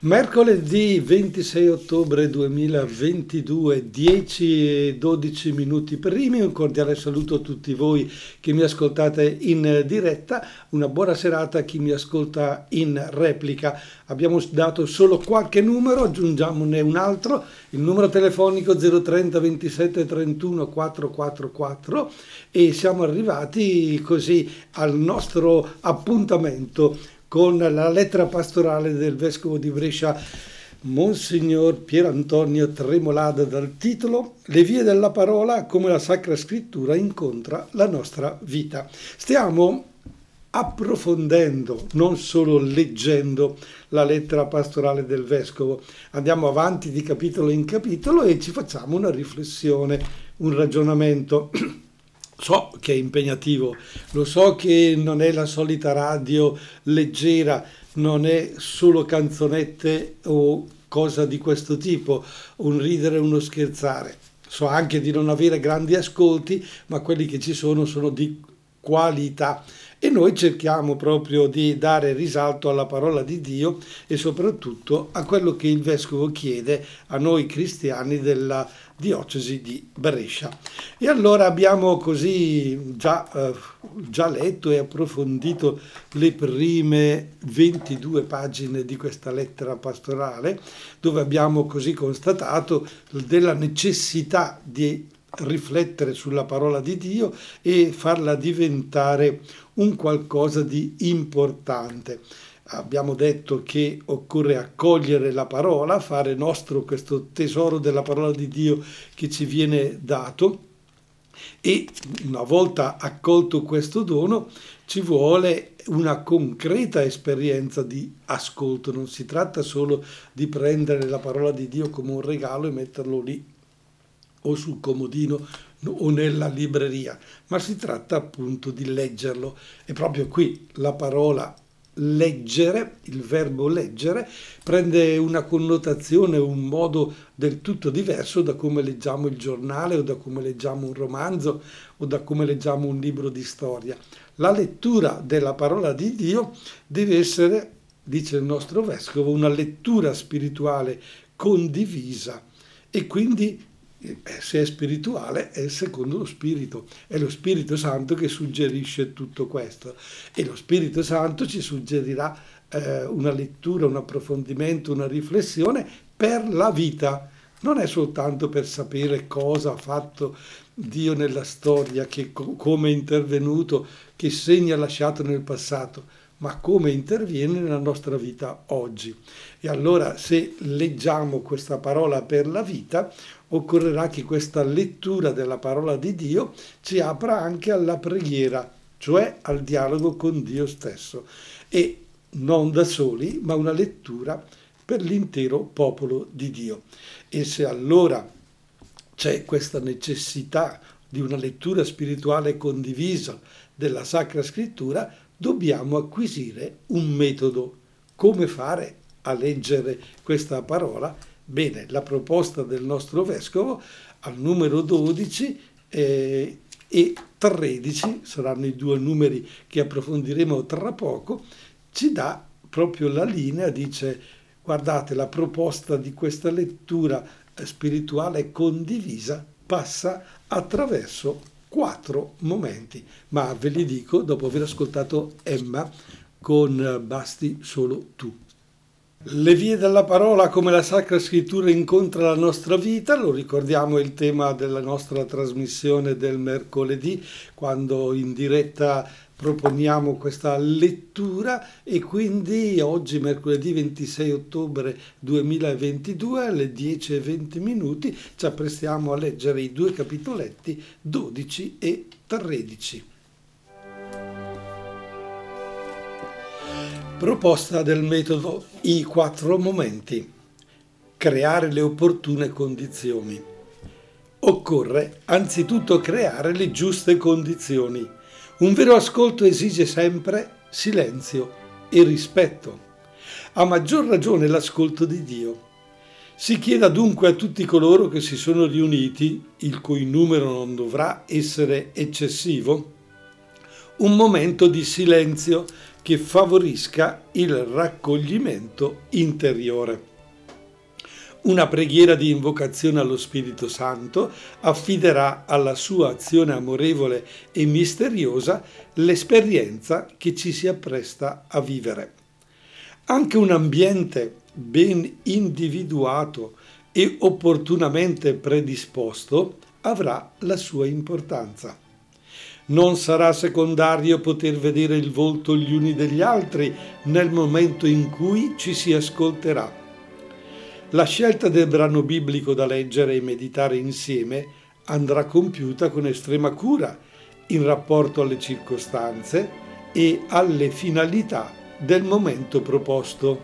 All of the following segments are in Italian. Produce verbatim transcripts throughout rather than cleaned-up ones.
Mercoledì ventisei ottobre duemilaventidue, dieci e dodici minuti primi, un cordiale saluto a tutti voi che mi ascoltate in diretta, una buona serata a chi mi ascolta in replica. Abbiamo dato solo qualche numero, aggiungiamone un altro, il numero telefonico zero trenta ventisette trentuno quattrocentoquarantaquattro e siamo arrivati così al nostro appuntamento con la lettera pastorale del vescovo di Brescia, Monsignor Pier Antonio Tremolada, dal titolo Le vie della parola come la Sacra Scrittura incontra la nostra vita. Stiamo approfondendo, non solo leggendo la lettera pastorale del vescovo, andiamo avanti di capitolo in capitolo e ci facciamo una riflessione, un ragionamento. So che è impegnativo, lo so che non è la solita radio leggera, non è solo canzonette o cosa di questo tipo, un ridere e uno scherzare. So anche di non avere grandi ascolti, ma quelli che ci sono sono di qualità. E noi cerchiamo proprio di dare risalto alla parola di Dio e soprattutto a quello che il vescovo chiede a noi cristiani della diocesi di Brescia. E allora abbiamo così già, eh, già letto e approfondito le prime ventidue pagine di questa lettera pastorale, dove abbiamo così constatato della necessità di riflettere sulla parola di Dio e farla diventare un qualcosa di importante. Abbiamo detto che occorre accogliere la parola, fare nostro questo tesoro della parola di Dio che ci viene dato, e una volta accolto questo dono ci vuole una concreta esperienza di ascolto. Non si tratta solo di prendere la parola di Dio come un regalo e metterlo lì o sul comodino o nella libreria, ma si tratta appunto di leggerlo. E proprio qui la parola leggere, il verbo leggere, prende una connotazione, un modo del tutto diverso da come leggiamo il giornale o da come leggiamo un romanzo o da come leggiamo un libro di storia. La lettura della parola di Dio deve essere, dice il nostro vescovo, una lettura spirituale condivisa e quindi se è spirituale è secondo lo Spirito, è lo Spirito Santo che suggerisce tutto questo e lo Spirito Santo ci suggerirà eh, una lettura, un approfondimento, una riflessione per la vita. Non è soltanto per sapere cosa ha fatto Dio nella storia, che, come è intervenuto, che segni ha lasciato nel passato, ma come interviene nella nostra vita oggi. E allora se leggiamo questa parola per la vita, occorrerà che questa lettura della parola di Dio ci apra anche alla preghiera, cioè al dialogo con Dio stesso, e non da soli, ma una lettura per l'intero popolo di Dio. E se allora c'è questa necessità di una lettura spirituale condivisa della Sacra Scrittura, dobbiamo acquisire un metodo. Come fare a leggere questa parola? Bene, la proposta del nostro vescovo al numero dodici eh, e tredici, saranno i due numeri che approfondiremo tra poco, ci dà proprio la linea, dice: guardate, la proposta di questa lettura spirituale condivisa passa attraverso quattro momenti, ma ve li dico dopo aver ascoltato Emma con Basti solo tu. Le vie della parola come la Sacra Scrittura incontra la nostra vita, lo ricordiamo, è il tema della nostra trasmissione del mercoledì, quando in diretta proponiamo questa lettura, e quindi oggi mercoledì ventisei ottobre duemilaventidue alle dieci e venti minuti ci apprestiamo a leggere i due capitoletti dodici e tredici. Proposta del metodo I quattro momenti. Creare le opportune condizioni. Occorre anzitutto creare le giuste condizioni. Un vero ascolto esige sempre silenzio e rispetto. A maggior ragione l'ascolto di Dio. Si chieda dunque a tutti coloro che si sono riuniti, il cui numero non dovrà essere eccessivo, un momento di silenzio che favorisca il raccoglimento interiore. Una preghiera di invocazione allo Spirito Santo affiderà alla sua azione amorevole e misteriosa l'esperienza che ci si appresta a vivere. Anche un ambiente ben individuato e opportunamente predisposto avrà la sua importanza. Non sarà secondario poter vedere il volto gli uni degli altri nel momento in cui ci si ascolterà. La scelta del brano biblico da leggere e meditare insieme andrà compiuta con estrema cura in rapporto alle circostanze e alle finalità del momento proposto.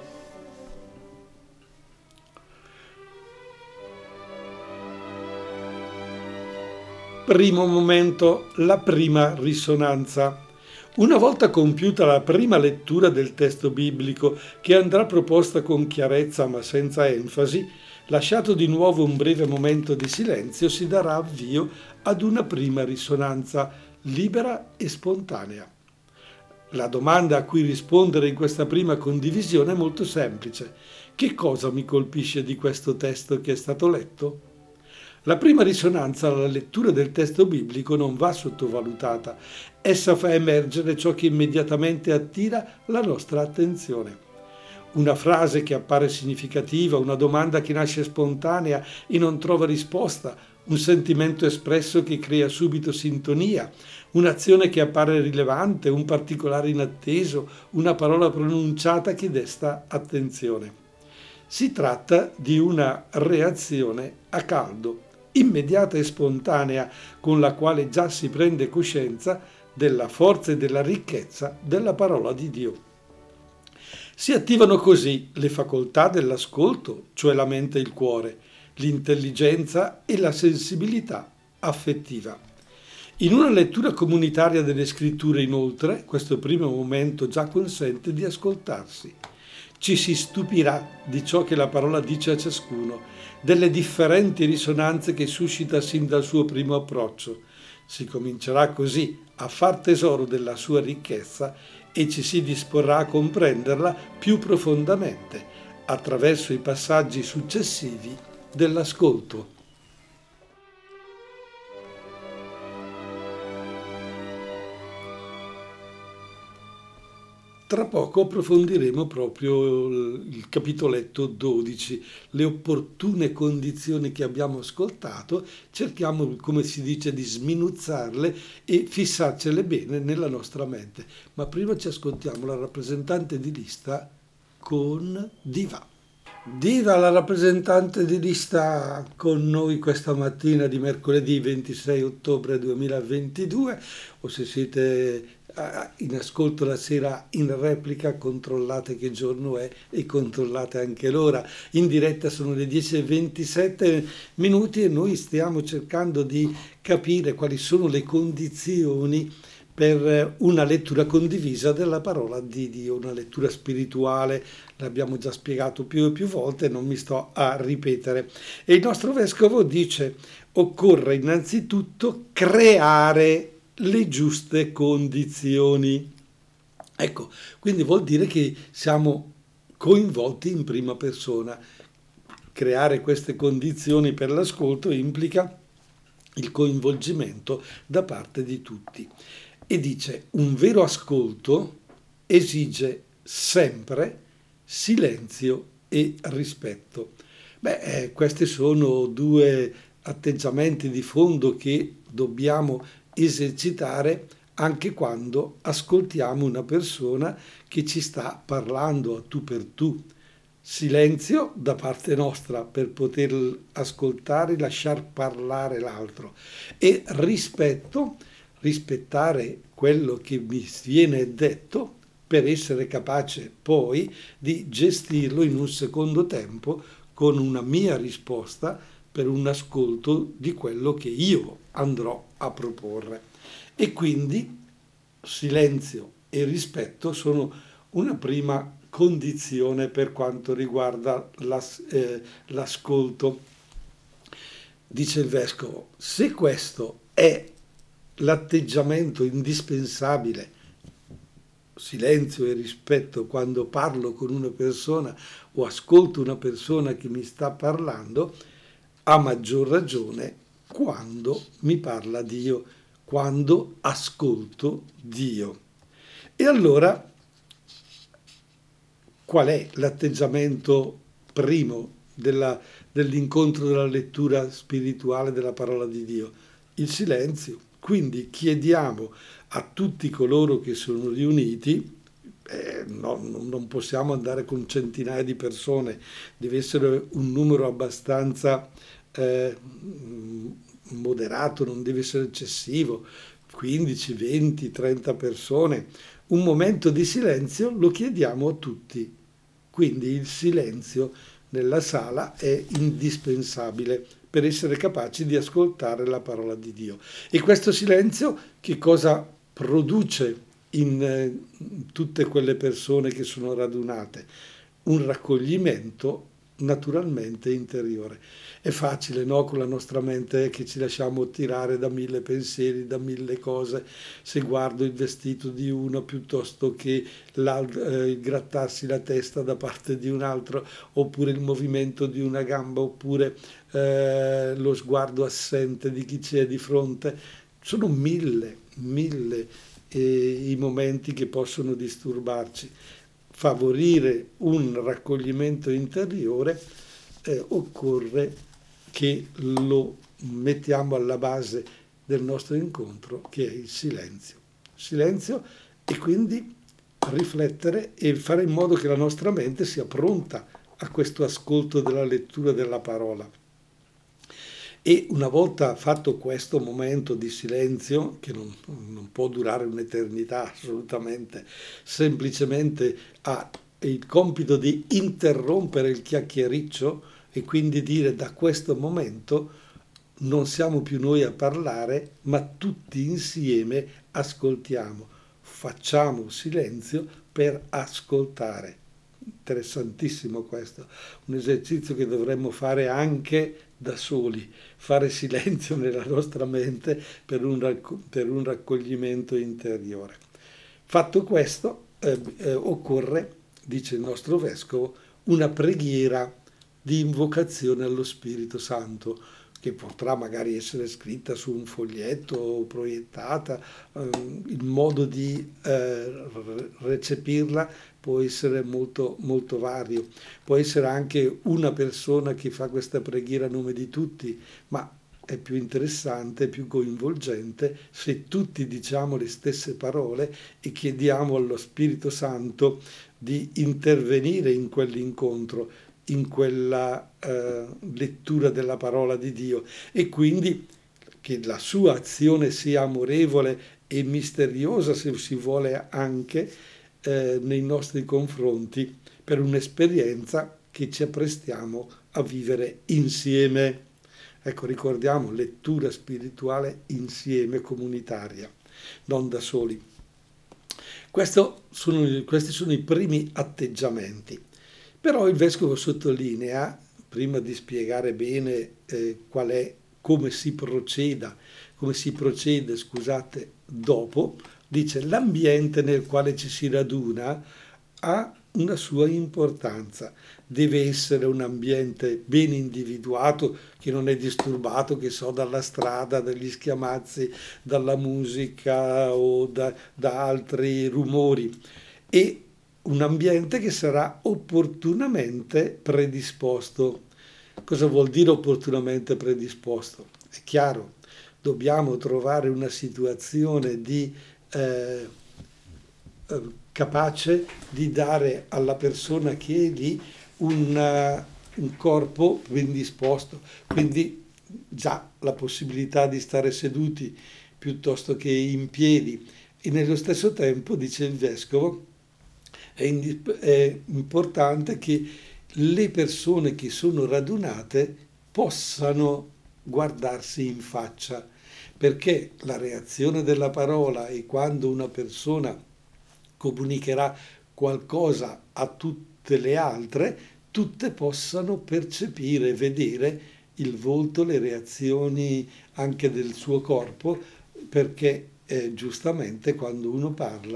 Primo momento, la prima risonanza. Una volta compiuta la prima lettura del testo biblico, che andrà proposta con chiarezza ma senza enfasi, lasciato di nuovo un breve momento di silenzio, si darà avvio ad una prima risonanza libera e spontanea. La domanda a cui rispondere in questa prima condivisione è molto semplice. Che cosa mi colpisce di questo testo che è stato letto? La prima risonanza alla lettura del testo biblico non va sottovalutata. Essa fa emergere ciò che immediatamente attira la nostra attenzione. Una frase che appare significativa, una domanda che nasce spontanea e non trova risposta, un sentimento espresso che crea subito sintonia, un'azione che appare rilevante, un particolare inatteso, una parola pronunciata che desta attenzione. Si tratta di una reazione a caldo, immediata e spontanea, con la quale già si prende coscienza della forza e della ricchezza della parola di Dio. Si attivano così le facoltà dell'ascolto, cioè la mente e il cuore, l'intelligenza e la sensibilità affettiva. In una lettura comunitaria delle scritture, inoltre, questo primo momento già consente di ascoltarsi. Ci si stupirà di ciò che la parola dice a ciascuno, delle differenti risonanze che suscita sin dal suo primo approccio. Si comincerà così a far tesoro della sua ricchezza e ci si disporrà a comprenderla più profondamente attraverso i passaggi successivi dell'ascolto. Tra poco approfondiremo proprio il capitoletto dodici, le opportune condizioni che abbiamo ascoltato, cerchiamo, come si dice, di sminuzzarle e fissarcele bene nella nostra mente. Ma prima ci ascoltiamo la rappresentante di lista con Diva. Diva, la rappresentante di lista con noi questa mattina di mercoledì ventisei ottobre duemilaventidue, o se siete in ascolto la sera in replica, controllate che giorno è e controllate anche l'ora. In diretta sono le dieci e ventisette minuti e noi stiamo cercando di capire quali sono le condizioni per una lettura condivisa della parola di Dio, una lettura spirituale. L'abbiamo già spiegato più e più volte, non mi sto a ripetere. E il nostro vescovo dice: occorre innanzitutto creare le giuste condizioni. Ecco, quindi vuol dire che siamo coinvolti in prima persona. Creare queste condizioni per l'ascolto implica il coinvolgimento da parte di tutti. E dice: un vero ascolto esige sempre silenzio e rispetto. Beh, eh, questi sono due atteggiamenti di fondo che dobbiamo esercitare anche quando ascoltiamo una persona che ci sta parlando a tu per tu. Silenzio da parte nostra per poter ascoltare, lasciar parlare l'altro, e rispetto, rispettare quello che mi viene detto per essere capace poi di gestirlo in un secondo tempo con una mia risposta per un ascolto di quello che io andrò a proporre. E quindi silenzio e rispetto sono una prima condizione per quanto riguarda l'as, eh, l'ascolto. Dice il vescovo: se questo è l'atteggiamento indispensabile silenzio e rispetto quando parlo con una persona o ascolto una persona che mi sta parlando, a maggior ragione quando mi parla Dio, quando ascolto Dio. E allora, qual è l'atteggiamento primo della, dell'incontro della lettura spirituale della parola di Dio? Il silenzio. Quindi chiediamo a tutti coloro che sono riuniti, eh, no, non possiamo andare con centinaia di persone, deve essere un numero abbastanza eh, moderato, non deve essere eccessivo, quindici, venti, trenta persone. Un momento di silenzio lo chiediamo a tutti. Quindi il silenzio nella sala è indispensabile per essere capaci di ascoltare la parola di Dio. E questo silenzio che cosa produce in eh, tutte quelle persone che sono radunate? Un raccoglimento naturalmente interiore. È facile, no? Con la nostra mente che ci lasciamo tirare da mille pensieri, da mille cose. Se guardo il vestito di uno piuttosto che eh, il grattarsi la testa da parte di un altro, oppure il movimento di una gamba, oppure eh, lo sguardo assente di chi c'è di fronte. Sono mille, mille eh, i momenti che possono disturbarci. Favorire un raccoglimento interiore, eh, occorre che lo mettiamo alla base del nostro incontro, che è il silenzio. Silenzio e quindi riflettere e fare in modo che la nostra mente sia pronta a questo ascolto della lettura della parola. E una volta fatto questo momento di silenzio, che non, non può durare un'eternità assolutamente, semplicemente ha il compito di interrompere il chiacchiericcio e quindi dire da questo momento non siamo più noi a parlare, ma tutti insieme ascoltiamo, facciamo silenzio per ascoltare. Interessantissimo questo, un esercizio che dovremmo fare anche da soli, fare silenzio nella nostra mente per un, racco- per un raccoglimento interiore. Fatto questo, eh, eh, occorre, dice il nostro vescovo, una preghiera di invocazione allo Spirito Santo, che potrà magari essere scritta su un foglietto o proiettata. Eh, il modo di eh, recepirla può essere molto, molto vario. Può essere anche una persona che fa questa preghiera a nome di tutti, ma è più interessante, più coinvolgente se tutti diciamo le stesse parole e chiediamo allo Spirito Santo di intervenire in quell'incontro, in quella eh, lettura della parola di Dio, e quindi che la sua azione sia amorevole e misteriosa, se si vuole, anche eh, nei nostri confronti, per un'esperienza che ci apprestiamo a vivere insieme. Ecco, ricordiamo, lettura spirituale insieme, comunitaria, non da soli. Questo sono, questi sono i primi atteggiamenti. Però il vescovo sottolinea, prima di spiegare bene eh, qual è, come si proceda, come si procede, scusate, dopo, dice l'ambiente nel quale ci si raduna ha una sua importanza. Deve essere un ambiente ben individuato, che non è disturbato, che so, dalla strada, dagli schiamazzi, dalla musica o da, da altri rumori, e un ambiente che sarà opportunamente predisposto. Cosa vuol dire opportunamente predisposto? È chiaro, dobbiamo trovare una situazione di eh, eh, capace di dare alla persona che è lì un, un corpo ben disposto, quindi già la possibilità di stare seduti piuttosto che in piedi. E nello stesso tempo, dice il vescovo, è, indip- è importante che le persone che sono radunate possano guardarsi in faccia, perché la reazione della parola e quando una persona comunicherà qualcosa a tutte le altre, tutte possano percepire, vedere il volto, le reazioni anche del suo corpo, perché eh, giustamente quando uno parla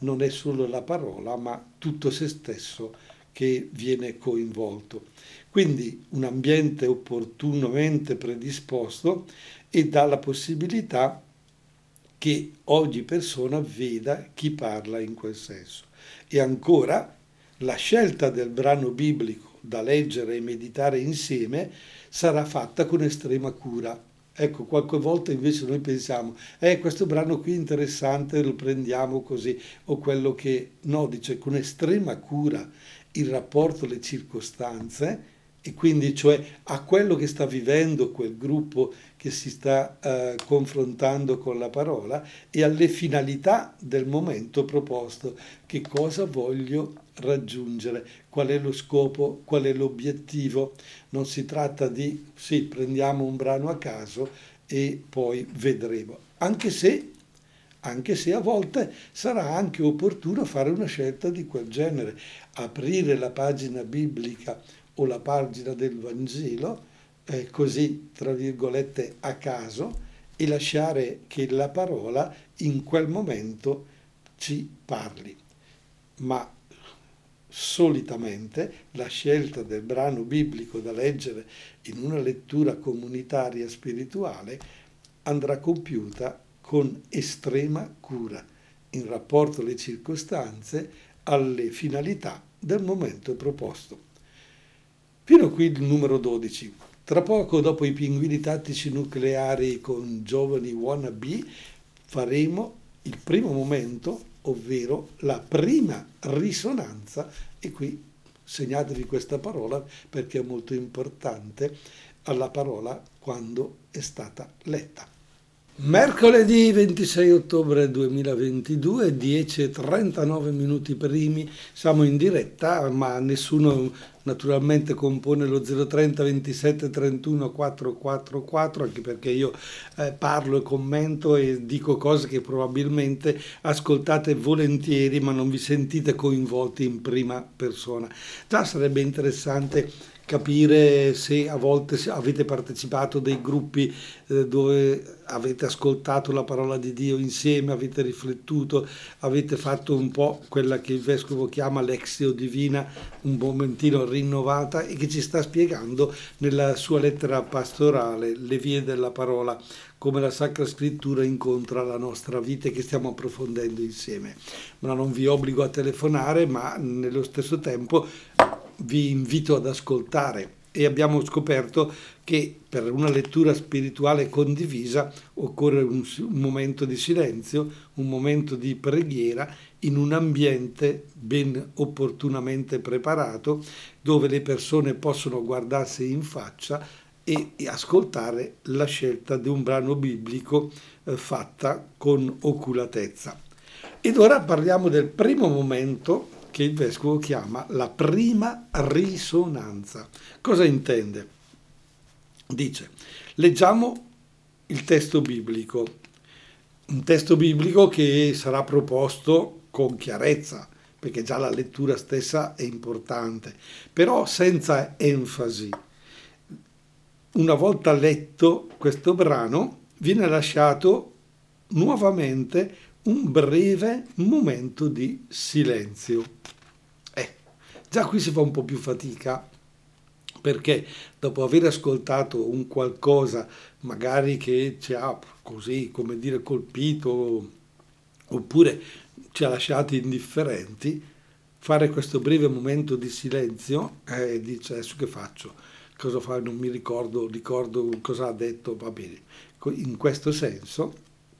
non è solo la parola, ma tutto se stesso che viene coinvolto. Quindi un ambiente opportunamente predisposto e dà la possibilità che ogni persona veda chi parla in quel senso. E ancora, la scelta del brano biblico da leggere e meditare insieme sarà fatta con estrema cura. Ecco, qualche volta invece noi pensiamo, eh, questo brano qui è interessante, lo prendiamo così, o quello che... No, dice con estrema cura il rapporto, le circostanze, e quindi cioè a quello che sta vivendo quel gruppo che si sta eh, confrontando con la parola e alle finalità del momento proposto. Che cosa voglio raggiungere? Qual è lo scopo? Qual è l'obiettivo? Non si tratta di, sì, prendiamo un brano a caso e poi vedremo. Anche se, anche se a volte sarà anche opportuno fare una scelta di quel genere, aprire la pagina biblica o la pagina del Vangelo, eh, così, tra virgolette, a caso, e lasciare che la parola in quel momento ci parli. Ma solitamente la scelta del brano biblico da leggere in una lettura comunitaria spirituale andrà compiuta con estrema cura, in rapporto alle circostanze, alle finalità del momento proposto. Fino a qui il numero dodici. Tra poco, dopo i pinguini tattici nucleari con giovani wannabe, faremo il primo momento, ovvero la prima risonanza, e qui segnatevi questa parola perché è molto importante, alla parola quando è stata letta. Mercoledì ventisei ottobre duemilaventidue, dieci e trentanove minuti primi, siamo in diretta, ma nessuno naturalmente compone lo zero trenta ventisette trentuno quattrocentoquarantaquattro, anche perché io eh, parlo e commento e dico cose che probabilmente ascoltate volentieri, ma non vi sentite coinvolti in prima persona. Già sarebbe interessante capire se a volte avete partecipato a dei gruppi eh, dove avete ascoltato la parola di Dio insieme, avete riflettuto, avete fatto un po' quella che il Vescovo chiama l'exio divina, un momentino rinnovata, e che ci sta spiegando nella sua lettera pastorale le vie della parola, come la Sacra Scrittura incontra la nostra vita e che stiamo approfondendo insieme. Ma non vi obbligo a telefonare, ma nello stesso tempo vi invito ad ascoltare, e abbiamo scoperto che per una lettura spirituale condivisa occorre un, un momento di silenzio, un momento di preghiera in un ambiente ben opportunamente preparato, dove le persone possono guardarsi in faccia e, e ascoltare la scelta di un brano biblico eh, fatta con oculatezza. Ed ora parliamo del primo momento che il Vescovo chiama la prima risonanza. Cosa intende? Dice, leggiamo il testo biblico, un testo biblico che sarà proposto con chiarezza, perché già la lettura stessa è importante, però senza enfasi. Una volta letto questo brano, viene lasciato nuovamente un breve momento di silenzio. Eh, già qui si fa un po' più fatica, perché dopo aver ascoltato un qualcosa magari che ci ha così, come dire, colpito, oppure ci ha lasciati indifferenti, fare questo breve momento di silenzio, eh, dice adesso che faccio? Cosa fa? Non mi ricordo, ricordo cosa ha detto, va bene. In questo senso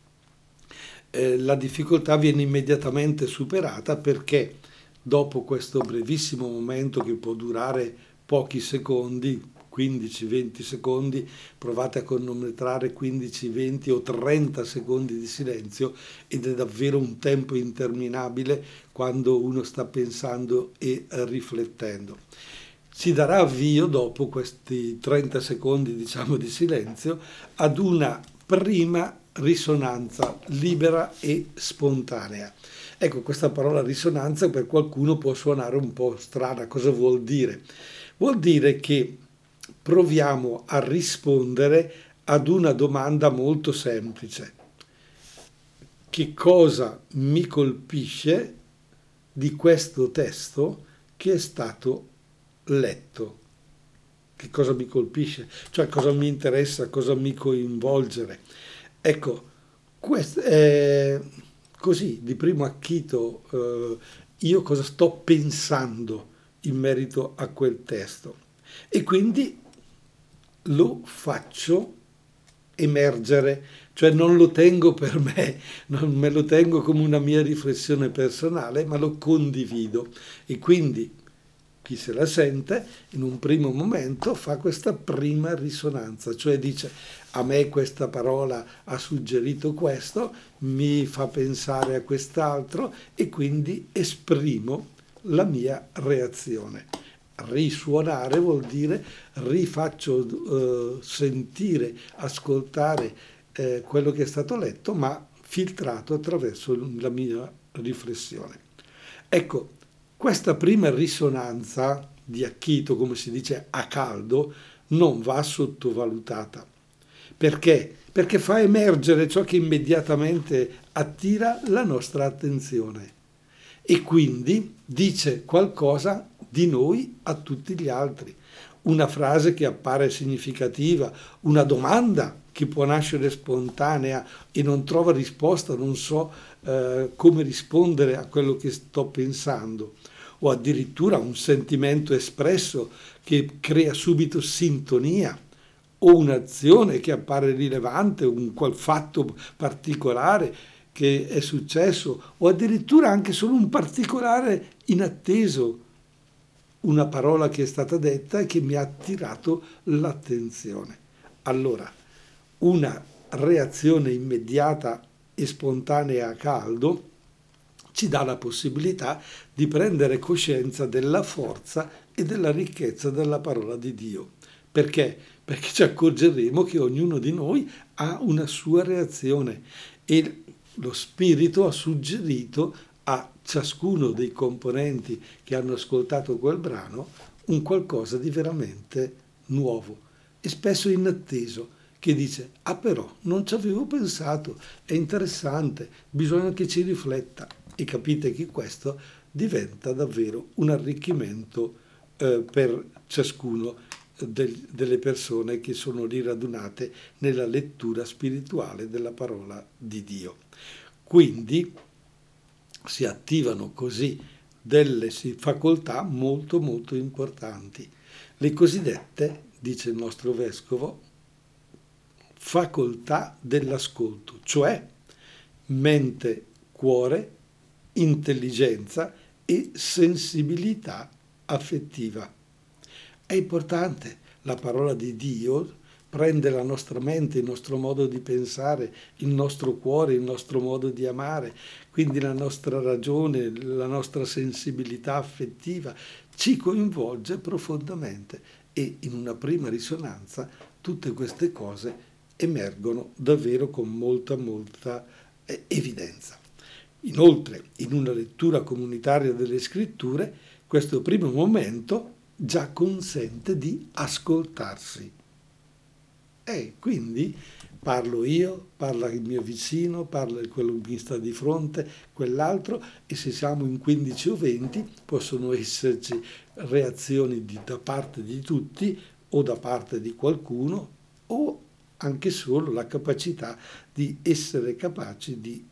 eh, la difficoltà viene immediatamente superata, perché dopo questo brevissimo momento che può durare pochi secondi, quindici venti secondi, provate a cronometrare quindici venti o trenta secondi di silenzio, ed è davvero un tempo interminabile quando uno sta pensando e riflettendo. Si darà avvio, dopo questi trenta secondi, diciamo, di silenzio, ad una prima risonanza libera e spontanea. Ecco, questa parola risonanza per qualcuno può suonare un po' strana. Cosa vuol dire? Vuol dire che proviamo a rispondere ad una domanda molto semplice. che cosa mi colpisce di questo testo che è stato letto. Che cosa mi colpisce, cioè cosa mi interessa, cosa mi coinvolgere. Ecco, questo è così, di primo acchito, eh, io cosa sto pensando in merito a quel testo. E quindi lo faccio emergere, cioè non lo tengo per me, non me lo tengo come una mia riflessione personale, ma lo condivido. E quindi chi se la sente in un primo momento fa questa prima risonanza, cioè dice a me questa parola ha suggerito questo, mi fa pensare a quest'altro e quindi esprimo la mia reazione. Risuonare vuol dire rifaccio eh, sentire, ascoltare eh, quello che è stato letto, ma filtrato attraverso la mia riflessione. Ecco, questa prima risonanza di acchito, come si dice a caldo, non va sottovalutata. Perché? Perché fa emergere ciò che immediatamente attira la nostra attenzione e quindi dice qualcosa di noi a tutti gli altri. Una frase che appare significativa, una domanda che può nascere spontanea e non trova risposta, non so eh, come rispondere a quello che sto pensando, o addirittura un sentimento espresso che crea subito sintonia, o un'azione che appare rilevante, un qual fatto particolare che è successo, o addirittura anche solo un particolare inatteso, una parola che è stata detta e che mi ha attirato l'attenzione. Allora, una reazione immediata e spontanea a caldo ci dà la possibilità di prendere coscienza della forza e della ricchezza della parola di Dio. Perché? Perché ci accorgeremo che ognuno di noi ha una sua reazione e lo Spirito ha suggerito a ciascuno dei componenti che hanno ascoltato quel brano un qualcosa di veramente nuovo e spesso inatteso, che dice, ah però, non ci avevo pensato, è interessante, bisogna che ci rifletta. E capite che questo diventa davvero un arricchimento eh, per ciascuno del, delle persone che sono lì radunate nella lettura spirituale della parola di Dio. Quindi si attivano così delle facoltà molto molto importanti, le cosiddette, dice il nostro vescovo, facoltà dell'ascolto, cioè mente, cuore, intelligenza e sensibilità affettiva. È importante, la parola di Dio prende la nostra mente, il nostro modo di pensare, il nostro cuore, il nostro modo di amare, quindi la nostra ragione, la nostra sensibilità affettiva, ci coinvolge profondamente e in una prima risonanza tutte queste cose emergono davvero con molta, molta eh, evidenza. Inoltre, in una lettura comunitaria delle scritture, questo primo momento già consente di ascoltarsi. E quindi parlo io, parla il mio vicino, parla quello che mi sta di fronte, quell'altro, e se siamo in quindici o venti possono esserci reazioni di, da parte di tutti o da parte di qualcuno o anche solo la capacità di essere capaci di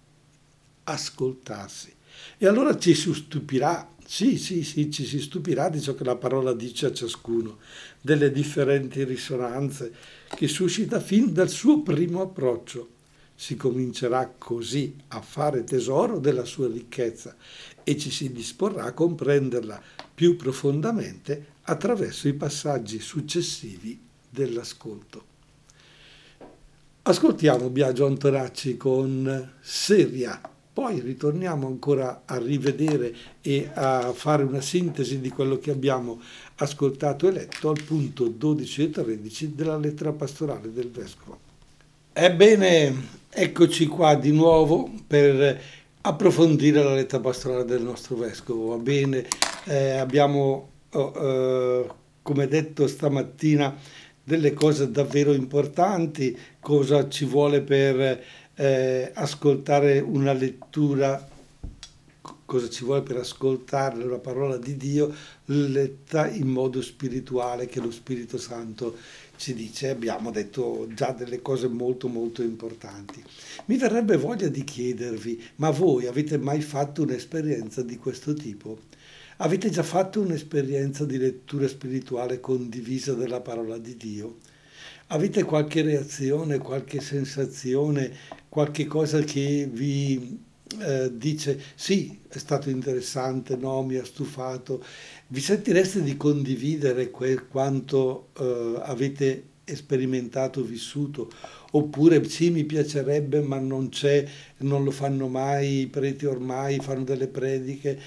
ascoltarsi. E allora ci si stupirà, sì, sì, sì, ci si stupirà di ciò che la parola dice a ciascuno, delle differenti risonanze che suscita fin dal suo primo approccio. Si comincerà così a fare tesoro della sua ricchezza e ci si disporrà a comprenderla più profondamente attraverso i passaggi successivi dell'ascolto. Ascoltiamo Biagio Antonacci con Seria, poi ritorniamo ancora a rivedere e a fare una sintesi di quello che abbiamo ascoltato e letto al punto dodici e tredici della lettera pastorale del Vescovo. Ebbene, eccoci qua di nuovo per approfondire la lettera pastorale del nostro Vescovo. Va bene, eh, abbiamo, oh, eh, come detto stamattina, delle cose davvero importanti, cosa ci vuole per eh, ascoltare una lettura, cosa ci vuole per ascoltare la parola di Dio letta in modo spirituale che lo Spirito Santo ci dice. Abbiamo detto già delle cose molto molto importanti. Mi verrebbe voglia di chiedervi, ma voi avete mai fatto un'esperienza di questo tipo? Avete già fatto un'esperienza di lettura spirituale condivisa della parola di Dio? Avete qualche reazione, qualche sensazione, qualche cosa che vi eh, dice sì, è stato interessante, no, mi ha stufato? Vi sentireste di condividere que- quanto eh, avete sperimentato, vissuto? Oppure sì, mi piacerebbe, ma non c'è, non lo fanno mai, i preti ormai fanno delle prediche.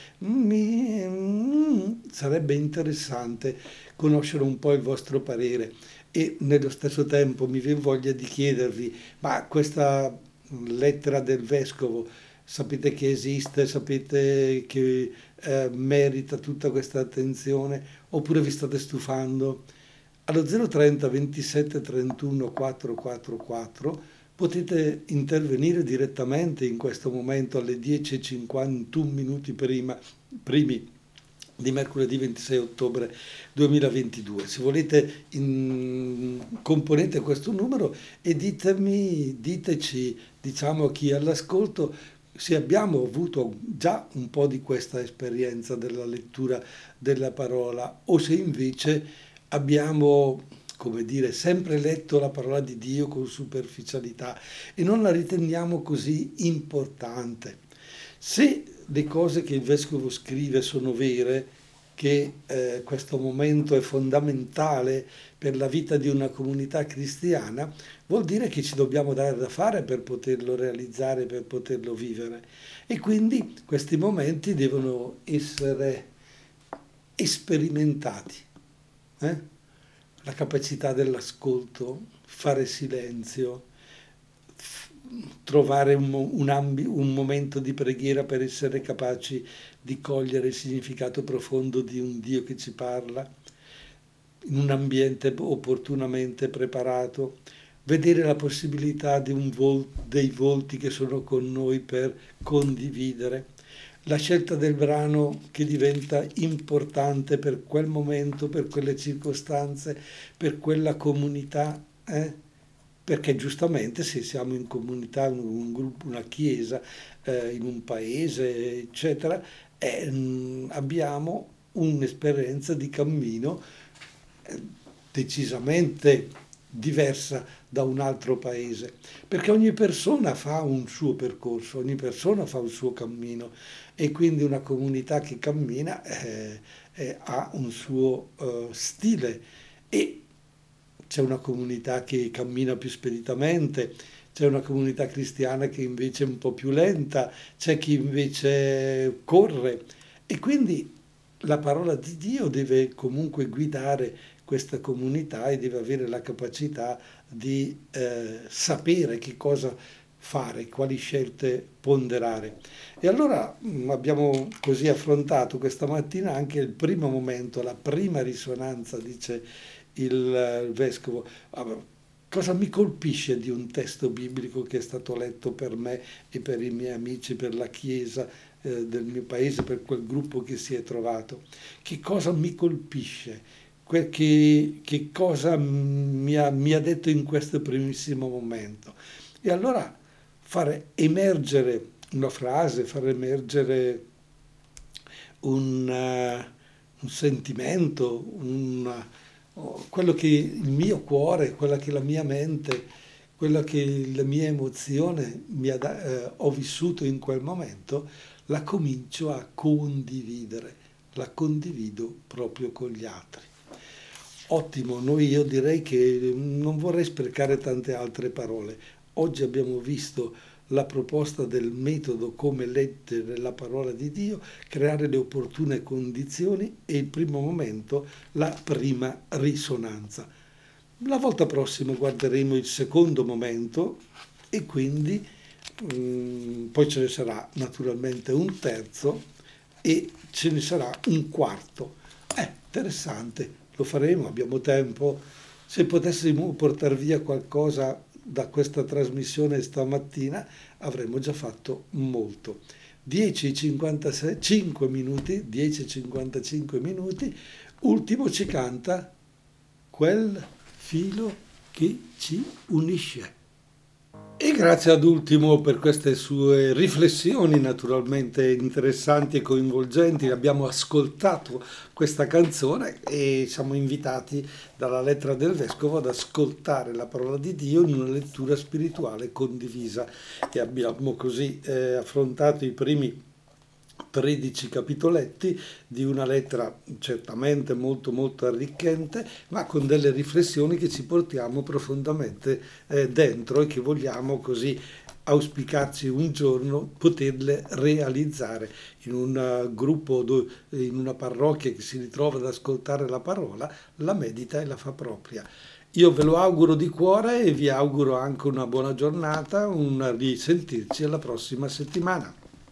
Mi- mm, sarebbe interessante conoscere un po' il vostro parere. E nello stesso tempo mi viene voglia di chiedervi, ma questa lettera del vescovo, sapete che esiste, sapete che eh, merita tutta questa attenzione, oppure vi state stufando? Allo zero trenta ventisette trentuno quattrocentoquarantaquattro potete intervenire direttamente in questo momento alle dieci e cinquantuno minuti prima, primi di mercoledì ventisei ottobre duemilaventidue. Se volete in- componete questo numero e ditemi, diteci, diciamo a chi è all'ascolto, se abbiamo avuto già un po' di questa esperienza della lettura della parola o se invece abbiamo, come dire, sempre letto la parola di Dio con superficialità e non la riteniamo così importante. Se le cose che il vescovo scrive sono vere, che eh, questo momento è fondamentale per la vita di una comunità cristiana, vuol dire che ci dobbiamo dare da fare per poterlo realizzare, per poterlo vivere. E quindi questi momenti devono essere sperimentati. eh? La capacità dell'ascolto, fare silenzio, f- trovare un, mo- un ambi- un momento di preghiera per essere capaci di cogliere il significato profondo di un Dio che ci parla, in un ambiente opportunamente preparato, vedere la possibilità di un vol- dei volti che sono con noi per condividere, la scelta del brano che diventa importante per quel momento, per quelle circostanze, per quella comunità, eh? Perché giustamente se siamo in comunità, in un gruppo, una chiesa, eh, in un paese, eccetera, eh, mh, abbiamo un'esperienza di cammino eh, decisamente diversa da un altro paese, perché ogni persona fa un suo percorso, ogni persona fa un suo cammino e quindi una comunità che cammina eh, eh, ha un suo eh, stile e c'è una comunità che cammina più speditamente, c'è una comunità cristiana che invece è un po' più lenta, c'è chi invece corre e quindi la parola di Dio deve comunque guidare questa comunità e deve avere la capacità di eh, sapere che cosa fare, quali scelte ponderare. E allora mh, abbiamo così affrontato questa mattina anche il primo momento, la prima risonanza, dice il, eh, il vescovo. Ah, cosa mi colpisce di un testo biblico che è stato letto per me e per i miei amici, per la Chiesa eh, del mio paese, per quel gruppo che si è trovato? Che cosa mi colpisce? Que- Che, che cosa mi ha, mi ha detto in questo primissimo momento? E allora fare emergere una frase, far emergere un, eh, un sentimento, un, oh, quello che il mio cuore, quella che la mia mente, quella che la mia emozione mi ha da- eh, ho vissuto in quel momento, la comincio a condividere, la condivido proprio con gli altri. Ottimo, noi io direi che non vorrei sprecare tante altre parole. Oggi abbiamo visto la proposta del metodo come leggere la parola di Dio, creare le opportune condizioni e il primo momento, la prima risonanza. La volta prossima guarderemo il secondo momento e quindi mm, poi ce ne sarà naturalmente un terzo e ce ne sarà un quarto. Eh, interessante, lo faremo, abbiamo tempo. Se potessimo portare via qualcosa da questa trasmissione stamattina avremo già fatto molto. dieci e cinquantacinque minuti, dieci e cinquantacinque minuti, Ultimo ci canta Quel filo che ci unisce. E grazie ad Ultimo per queste sue riflessioni naturalmente interessanti e coinvolgenti. Abbiamo ascoltato questa canzone e siamo invitati dalla lettera del Vescovo ad ascoltare la parola di Dio in una lettura spirituale condivisa. E abbiamo così eh, affrontato i primi tredici capitoletti di una lettera certamente molto molto arricchente, ma con delle riflessioni che ci portiamo profondamente eh, dentro e che vogliamo così auspicarci un giorno poterle realizzare in un uh, gruppo, do, in una parrocchia che si ritrova ad ascoltare la parola, la medita e la fa propria. Io ve lo auguro di cuore e vi auguro anche una buona giornata, un risentirci alla prossima settimana.